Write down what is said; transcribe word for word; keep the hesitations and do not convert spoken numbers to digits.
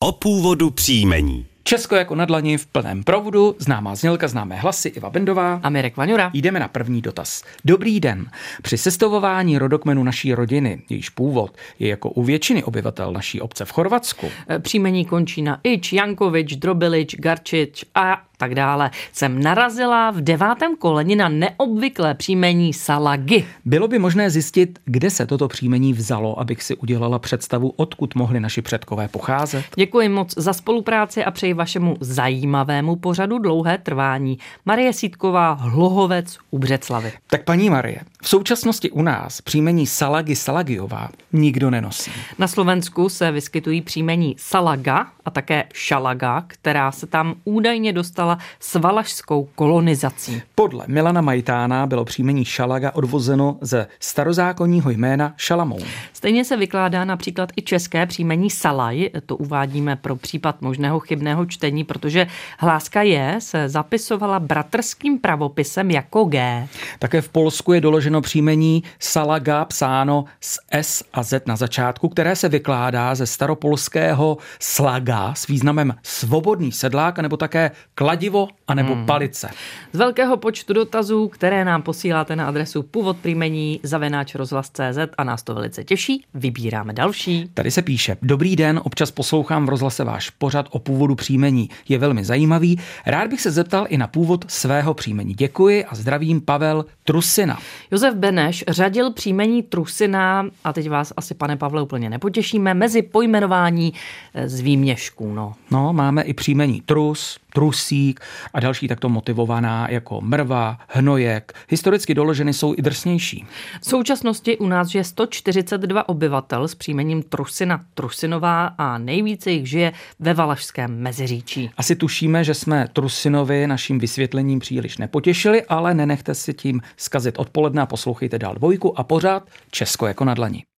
o původu příjmení. Česko jako na dlani v plném provodu, známá znělka, známé hlasy, Iva Bendová a Mirek Vaňura. Jdeme na první dotaz. Dobrý den. Při sestavování rodokmenu naší rodiny, jejíž původ je jako u většiny obyvatel naší obce v Chorvatsku. Příjmení končí na Ič, Jankovič, Drobilič, Garčič a tak dále. Jsem narazila v devátém koleni na neobvyklé příjmení Salagi. Bylo by možné zjistit, kde se toto příjmení vzalo, abych si udělala představu, odkud mohli naši předkové pocházet? Děkuji moc za spolupráci a přeji vašemu zajímavému pořadu dlouhé trvání. Marie Sítková, Hlohovec u Břeclavy. Tak paní Marie, v současnosti u nás příjmení Salagi Salagiová nikdo nenosí. Na Slovensku se vyskytují příjmení Salaga a také Šalaga, která se tam údajně dostala s valašskou kolonizací. Podle Milana Majtána bylo příjmení Šalaga odvozeno ze starozákonního jména Šalamoun. Stejně se vykládá například i české příjmení Salaj, to uvádíme pro případ možného chybného čtení, protože hláska je se zapisovala bratrským pravopisem jako G. Také v Polsku je doloženo příjmení Salaga psáno s S a Z na začátku, které se vykládá ze staropolského slaga s významem svobodný sedlák, nebo také kladivo anebo hmm. palice. Z velkého počtu dotazů, které nám posíláte na adresu původ příjmení zavináč rozhlas tečka cé zet a nás to velice těší, vybíráme další. Tady se píše: Dobrý den, občas poslouchám v rozhlase váš pořad o původu příjmení. Je velmi zajímavý. Rád bych se zeptal i na původ svého příjmení. Děkuji a zdravím, Pavel Trusina. Josef Beneš řadil příjmení Trusina, a teď vás asi, pane Pavle, úplně nepotěšíme, mezi pojmenování z výměšků. No. no, máme i příjmení Trus, Trusík a další takto motivovaná jako Mrva, Hnojek. Historicky doloženy jsou i drsnější. V současnosti u nás žije sto čtyřicet dva obyvatel s příjmením Trusina Trusinová a nejvíce jich žije ve Valašském Meziříčí. Asi tušíme, že jsme Trusinovi naším vysvětlením příliš nepotěšili, ale nenechte si tím zkazit odpoledne a poslouchejte dál dvojku a pořád Česko jako na dlani.